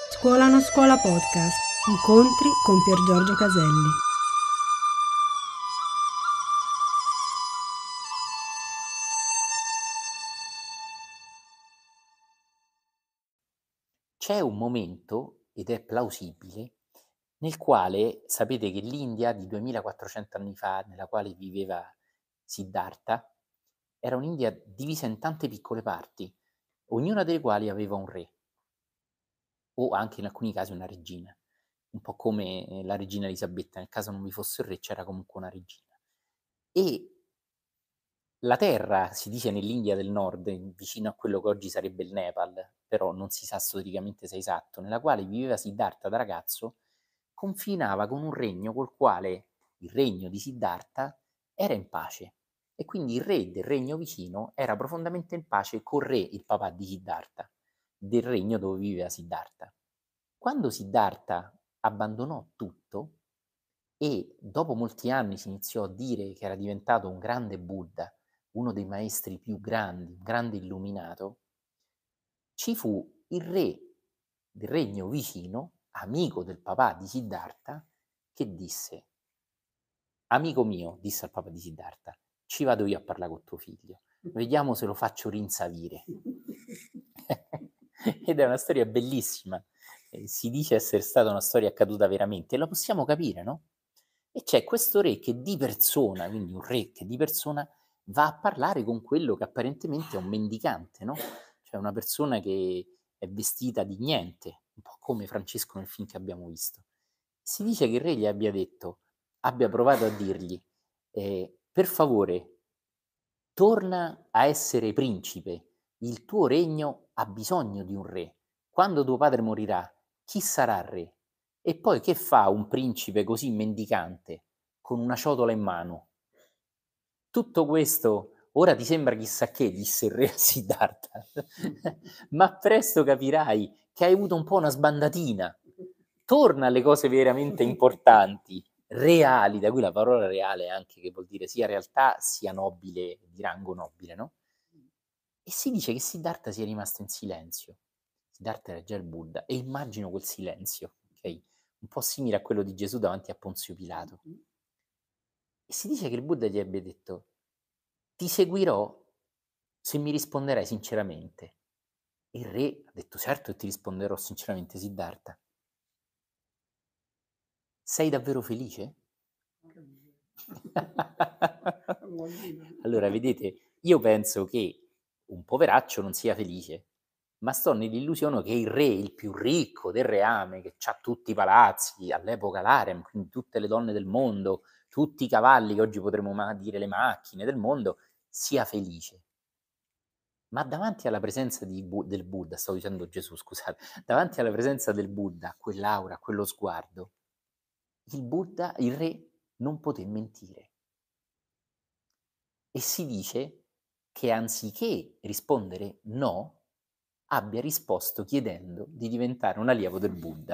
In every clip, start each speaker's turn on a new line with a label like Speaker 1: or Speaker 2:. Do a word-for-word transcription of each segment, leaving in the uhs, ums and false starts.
Speaker 1: Scuola non scuola podcast. Incontri con Pier Giorgio Caselli.
Speaker 2: C'è un momento, ed è plausibile, nel quale sapete che l'India di duemilaquattrocento anni fa, nella quale viveva Siddhartha, era un'India divisa in tante piccole parti, ognuna delle quali aveva un re, o anche in alcuni casi una regina, un po' come eh, la regina Elisabetta, nel caso non vi fosse il re c'era comunque una regina. E la terra, si dice nell'India del Nord, vicino a quello che oggi sarebbe il Nepal, però non si sa storicamente se è esatto, nella quale viveva Siddhartha da ragazzo, confinava con un regno col quale il regno di Siddhartha era in pace. E quindi il re del regno vicino era profondamente in pace col re, il papà di Siddhartha, del regno dove viveva Siddhartha. Quando Siddhartha abbandonò tutto e dopo molti anni si iniziò a dire che era diventato un grande Buddha, uno dei maestri più grandi, un grande illuminato, ci fu il re del regno vicino, amico del papà di Siddhartha, che disse: amico mio, disse al papà di Siddhartha, ci vado io a parlare con tuo figlio, vediamo se lo faccio rinsavire. Ed è una storia bellissima, eh, si dice essere stata una storia accaduta veramente, e la possiamo capire, no? E c'è questo re che di persona, quindi un re che di persona va a parlare con quello che apparentemente è un mendicante, no? Cioè una persona che è vestita di niente, un po' come Francesco nel film che abbiamo visto. Si dice che il re gli abbia detto, abbia provato a dirgli, eh, per favore, torna a essere principe, il tuo regno ha bisogno di un re. Quando tuo padre morirà, chi sarà re? E poi che fa un principe così mendicante, con una ciotola in mano? Tutto questo ora ti sembra chissà che, disse il re a Siddhartha, ma presto capirai che hai avuto un po' una sbandatina. Torna alle cose veramente importanti, reali, da cui la parola reale anche, che vuol dire sia realtà sia nobile, di rango nobile, no? E si dice che Siddhartha sia rimasto in silenzio. Siddhartha era già il Buddha, e immagino quel silenzio, ok? Un po' simile a quello di Gesù davanti a Ponzio Pilato. E si dice che il Buddha gli abbia detto: ti seguirò se mi risponderai sinceramente. E il re ha detto: certo che ti risponderò sinceramente, Siddhartha. Sei davvero felice? Allora, vedete, io penso che un poveraccio non sia felice, ma sto nell'illusione che il re, il più ricco del reame, che ha tutti i palazzi, all'epoca l'harem, quindi tutte le donne del mondo, tutti i cavalli, che oggi potremmo ma- dire le macchine del mondo, sia felice. Ma davanti alla presenza di Bu- del Buddha, stavo dicendo Gesù, scusate, davanti alla presenza del Buddha, quell'aura, quello sguardo, il Buddha, il re, non poté mentire. E si dice che anziché rispondere no, abbia risposto chiedendo di diventare un allievo del Buddha.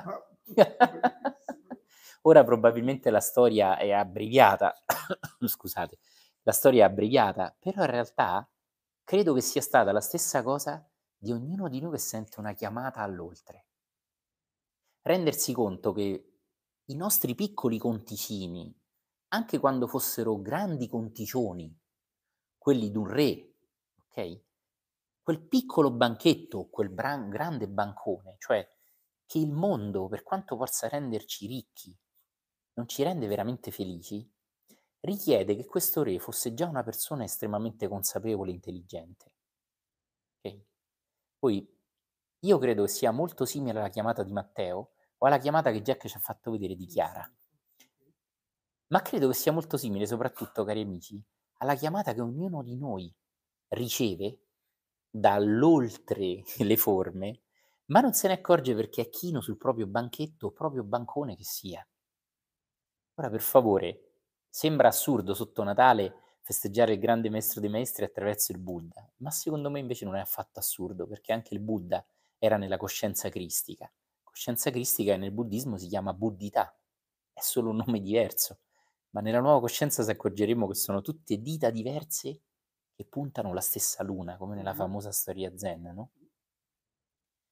Speaker 2: Ora probabilmente la storia è abbreviata, scusate, la storia è abbreviata, però in realtà credo che sia stata la stessa cosa di ognuno di noi che sente una chiamata all'oltre. Rendersi conto che i nostri piccoli conticini, anche quando fossero grandi conticcioni, quelli d'un re, ok? Quel piccolo banchetto, quel bran- grande bancone, cioè che il mondo, per quanto possa renderci ricchi, non ci rende veramente felici, richiede che questo re fosse già una persona estremamente consapevole e intelligente. Ok? Poi io credo che sia molto simile alla chiamata di Matteo o alla chiamata che Jack ci ha fatto vedere di Chiara, ma credo che sia molto simile soprattutto, cari amici, alla chiamata che ognuno di noi riceve dall'oltre le forme, ma non se ne accorge perché è chino sul proprio banchetto, proprio bancone che sia. Ora, per favore, sembra assurdo sotto Natale festeggiare il grande maestro dei maestri attraverso il Buddha, ma secondo me invece non è affatto assurdo, perché anche il Buddha era nella coscienza cristica. Coscienza cristica nel buddismo si chiama buddhità, è solo un nome diverso, ma nella nuova coscienza si accorgeremo che sono tutte dita diverse che puntano la stessa luna, come nella famosa storia zen, no?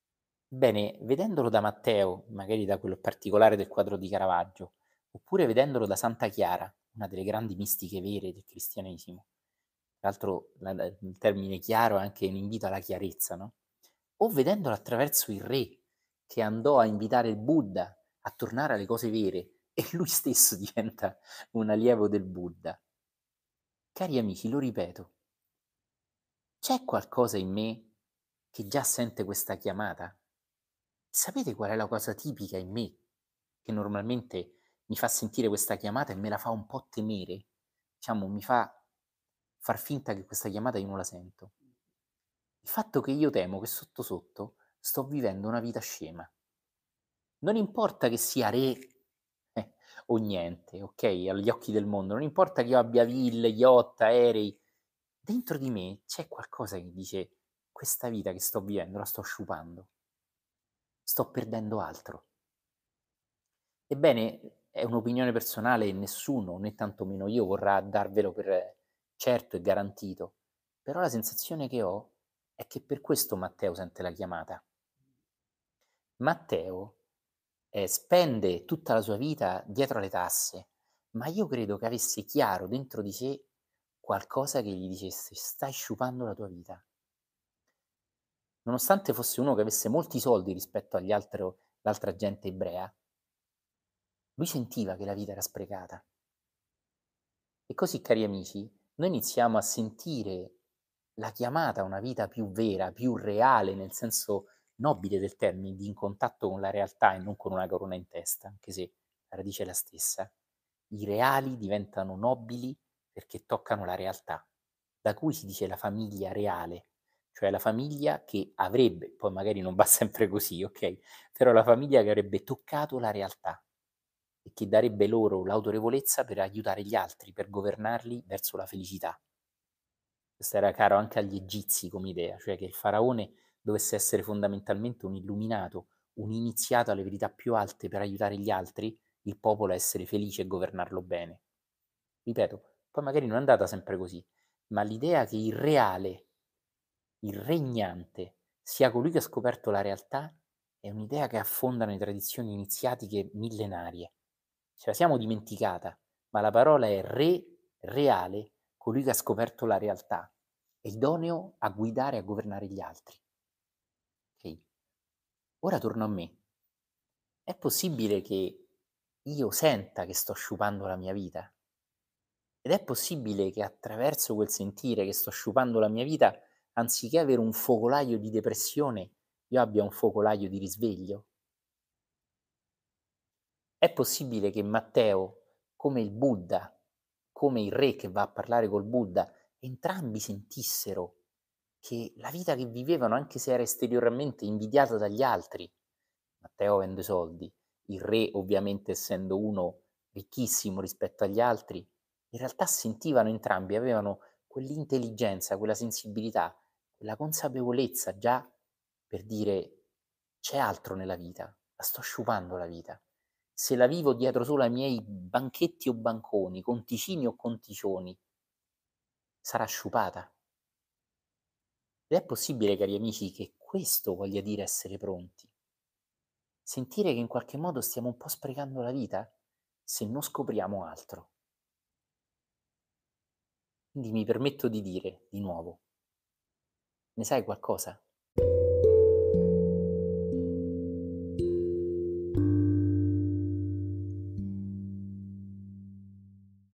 Speaker 2: Bene, vedendolo da Matteo, magari da quello particolare del quadro di Caravaggio, oppure vedendolo da Santa Chiara, una delle grandi mistiche vere del cristianesimo. Tra l'altro la la il termine chiaro è anche un invito alla chiarezza, no, o vedendolo attraverso il re che andò a invitare il Buddha a tornare alle cose vere e lui stesso diventa un allievo del Buddha. Cari amici, lo ripeto, c'è qualcosa in me che già sente questa chiamata? Sapete qual è la cosa tipica in me che normalmente mi fa sentire questa chiamata e me la fa un po' temere? Diciamo, mi fa far finta che questa chiamata io non la sento. Il fatto che io temo che sotto sotto sto vivendo una vita scema. Non importa che sia re eh, o niente, okay, agli occhi del mondo, non importa che io abbia ville, yacht, aerei, dentro di me c'è qualcosa che dice: "Questa vita che sto vivendo la sto sciupando, sto perdendo altro". Ebbene, è un'opinione personale e nessuno, né tantomeno io, vorrà darvelo per certo e garantito, però la sensazione che ho è che per questo Matteo sente la chiamata. Matteo, ehm, spende tutta la sua vita dietro le tasse, ma io credo che avesse chiaro dentro di sé qualcosa che gli dicesse: "Stai sciupando la tua vita". Nonostante fosse uno che avesse molti soldi rispetto agli altro l'altra gente ebrea, lui sentiva che la vita era sprecata. E così, cari amici, noi iniziamo a sentire la chiamata a una vita più vera, più reale, nel senso nobile del termine, di in contatto con la realtà e non con una corona in testa, anche se la radice è la stessa. I reali diventano nobili perché toccano la realtà, da cui si dice la famiglia reale, cioè la famiglia che avrebbe, poi magari non va sempre così, ok? Però la famiglia che avrebbe toccato la realtà e che darebbe loro l'autorevolezza per aiutare gli altri, per governarli verso la felicità. Questo era caro anche agli egizi come idea, cioè che il faraone dovesse essere fondamentalmente un illuminato, un iniziato alle verità più alte per aiutare gli altri, il popolo a essere felice e governarlo bene. Ripeto, poi magari non è andata sempre così, ma l'idea che il reale, il regnante, sia colui che ha scoperto la realtà è un'idea che affonda nelle tradizioni iniziatiche millenarie. Ce la siamo dimenticata, ma la parola è re, reale, colui che ha scoperto la realtà, è idoneo a guidare e a governare gli altri. Ok? Ora torno a me. È possibile che io senta che sto sciupando la mia vita? Ed è possibile che attraverso quel sentire che sto sciupando la mia vita, anziché avere un focolaio di depressione, io abbia un focolaio di risveglio? È possibile che Matteo, come il Buddha, come il re che va a parlare col Buddha, entrambi sentissero che la vita che vivevano, anche se era esteriormente invidiata dagli altri, Matteo avendo i soldi, il re ovviamente essendo uno ricchissimo rispetto agli altri, in realtà sentivano entrambi, avevano quell'intelligenza, quella sensibilità, quella consapevolezza già per dire c'è altro nella vita, la sto sciupando la vita. Se la vivo dietro solo ai miei banchetti o banconi, conticini o conticioni, sarà sciupata. Ed è possibile, cari amici, che questo voglia dire essere pronti. Sentire che in qualche modo stiamo un po' sprecando la vita se non scopriamo altro. Quindi mi permetto di dire, di nuovo, ne sai qualcosa?